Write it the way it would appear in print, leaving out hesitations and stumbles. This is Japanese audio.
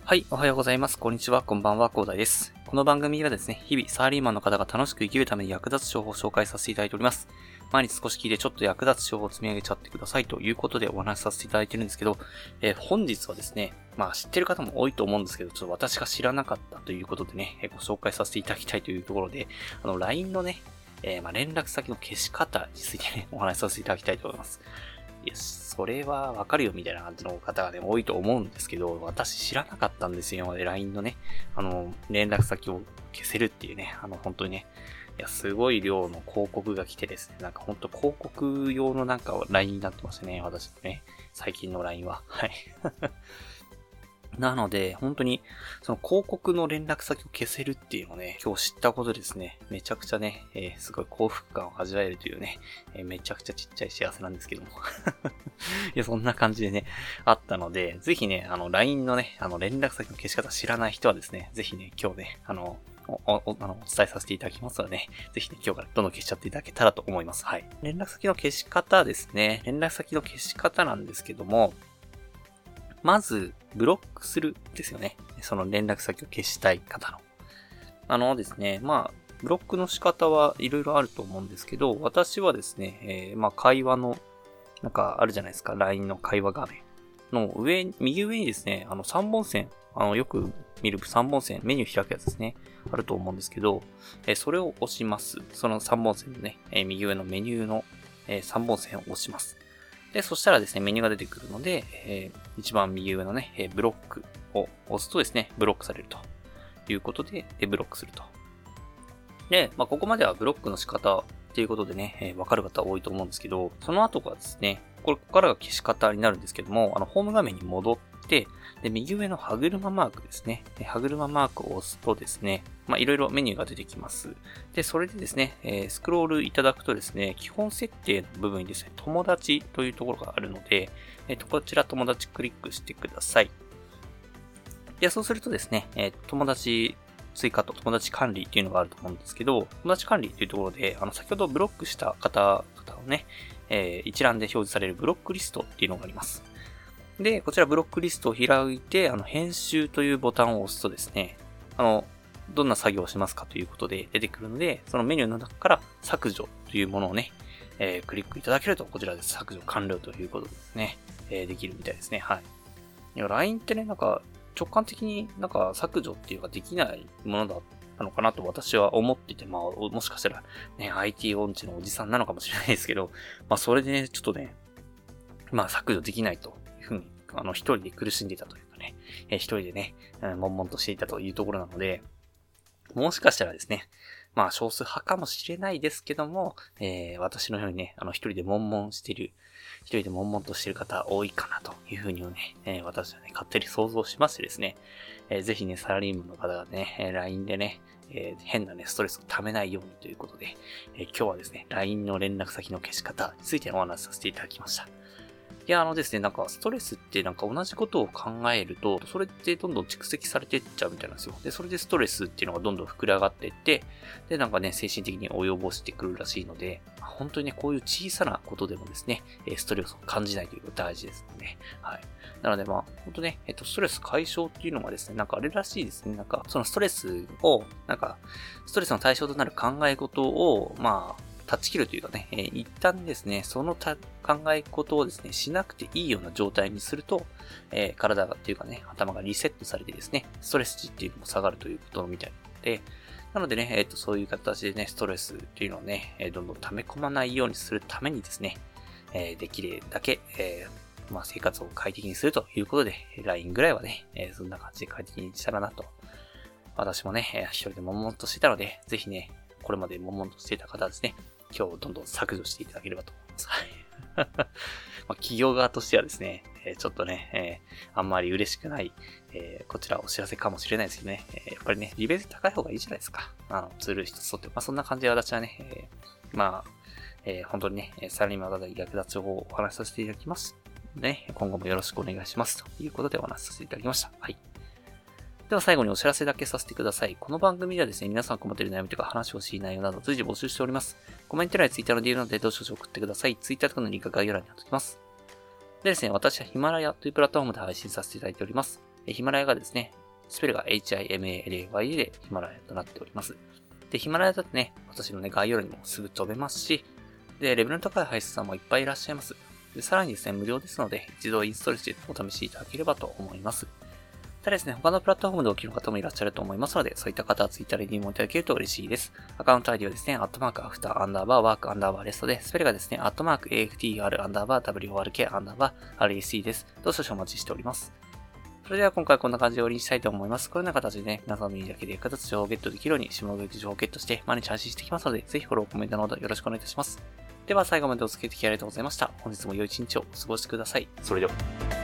はい、おはようございます。こんにちは、こんばんは、広大です。この番組はですね、日々サラリーマンの方が楽しく生きるために役立つ情報を紹介させていただいております。毎日少し聞いてちょっと役立つ情報を積み上げちゃってくださいということでお話しさせていただいてるんですけど、本日はですね、知ってる方も多いと思うんですけど、ちょっと私が知らなかったということでね、ご紹介させていただきたいというところで、LINE のね、連絡先の消し方についてね、お話しさせていただきたいと思います。いや、それはわかるよみたいな感じの方がね、多いと思うんですけど、私知らなかったんですよ。LINE のね、連絡先を消せるっていうね、本当にね、いや、すごい量の広告が来てですね、なんか本当広告用のなんか LINE になってましたね、私のね、最近の LINE は。はい。なので、本当に、その広告の連絡先を消せるっていうのをね、今日知ったことですね、めちゃくちゃね、すごい幸福感を味わえるというね、めちゃくちゃちっちゃい幸せなんですけども。いや、そんな感じでね、あったので、ぜひね、LINE のね、連絡先の消し方知らない人はですね、ぜひね、今日ね、お伝えさせていただきますのでね、ぜひね、今日からどんどん消しちゃっていただけたらと思います。はい。連絡先の消し方ですね。連絡先の消し方なんですけども、まず、ブロックするですよね。その連絡先を消したい方の。ですね、ブロックの仕方はいろいろあると思うんですけど、私はですね、会話の、なんかあるじゃないですか、LINE の会話画面の右上にですね、3本線、よく見る3本線、メニュー開くやつですね、あると思うんですけど、それを押します。その3本線のね、右上のメニューの、3本線を押します。で、そしたらですね、メニューが出てくるので、一番右上のね、ブロックを押すとですね、ブロックされるということで、ブロックすると。で、ここまではブロックの仕方っていうことでね、わかる方多いと思うんですけど、その後がですね、ここからが消し方になるんですけども、ホーム画面に戻って、で、右上の歯車マークですね。歯車マークを押すとですね、いろいろメニューが出てきます。で、それでですね、スクロールいただくとですね、基本設定の部分にですね、友達というところがあるので、こちら友達クリックしてください。で、そうするとですね、友達追加と友達管理っていうのがあると思うんですけど、友達管理っていうところで、先ほどブロックした方々をね、一覧で表示されるブロックリストっていうのがあります。で、こちらブロックリストを開いて、編集というボタンを押すとですね、どんな作業をしますかということで出てくるので、そのメニューの中から削除というものをね、クリックいただけると、こちらで削除完了ということですね、できるみたいですね。はい。いや、LINE ってね、なんか、直感的になんか削除っていうかできないものだったのかなと私は思ってて、もしかしたらね、IT 音痴のおじさんなのかもしれないですけど、それでね、ちょっとね、削除できないというふうに、一人で苦しんでいたというかね、一人でね、悶々としていたというところなので、もしかしたらですね、少数派かもしれないですけども、私のようにね、一人で悶々としている方多いかなというふうにね、私はね、勝手に想像しましてですね、ぜひね、サラリーマンの方がね、LINE でね、変なね、ストレスを溜めないようにということで、今日はですね、LINE の連絡先の消し方についてお話しさせていただきました。いや、ですね、なんか、ストレスってなんか同じことを考えると、それってどんどん蓄積されていっちゃうみたいなんですよ。で、それでストレスっていうのがどんどん膨れ上がっていって、で、なんかね、精神的に及ぼしてくるらしいので、本当にね、こういう小さなことでもですね、ストレスを感じないということが大事ですね。はい。なので、本当ね、ストレス解消っていうのがですね、なんかあれらしいですね。なんか、そのストレスを、なんか、ストレスの対象となる考え事を、断ち切るというかね、一旦ですね、その考え事をですね、しなくていいような状態にすると、体がっていうかね、頭がリセットされてですね、ストレス値っていうのも下がるということみたいなので、なのでね、そういう形でね、ストレスっていうのをね、どんどん溜め込まないようにするためにですね、できるだけ、生活を快適にするということで、LINE ぐらいはね、そんな感じで快適にしたらなと。私もね、一人で悶々としてたので、ぜひね、これまで悶々としていた方はですね、今日どんどん削除していただければと思います。企業側としてはですね、ちょっとね、あんまり嬉しくない、こちらお知らせかもしれないですけどね、やっぱりね、利便性高い方がいいじゃないですか。ツール一つとって、そんな感じで私はね、本当にね、サラリーマンの方に役立つ情報をお話しさせていただきます。ね、今後もよろしくお願いします。ということでお話しさせていただきました。はい。では最後にお知らせだけさせてください。この番組ではですね、皆さん困っている悩みとか話をしい内容など随時募集しております。コメント欄や Twitter の DM などでどうし送ってください。Twitter とかのリンクが概要欄に貼っておきます。でですね、私はヒマラヤというプラットフォームで配信させていただいております。 ヒマラヤがですね、スペルが HIMALAY でヒマラヤとなっております。で、ヒマラヤだとね、私のね、概要欄にもすぐ飛べますし、で、レベルの高い配信さんもいっぱいいらっしゃいます。で、さらにですね、無料ですので、一度インストールしてお試しいただければと思います。ただですね、他のプラットフォームでお聞きの方もいらっしゃると思いますので、そういった方は Twitter で DM をいただけると嬉しいです。アカウント ID はですね、@after_work_rest で、スペルがですね、@aftr_work_rec です。どうぞ少々お待ちしております。それでは今回こんな感じで終わりにしたいと思います。このような形でね、皆さんの耳だけで役立つ情報をゲットできるように、下の情報をゲットして毎日配信していきますので、ぜひフォロー、コメントなどよろしくお願いいたします。では最後までお付き合いありがとうございました。本日も良い一日をお過ごしください。それでは。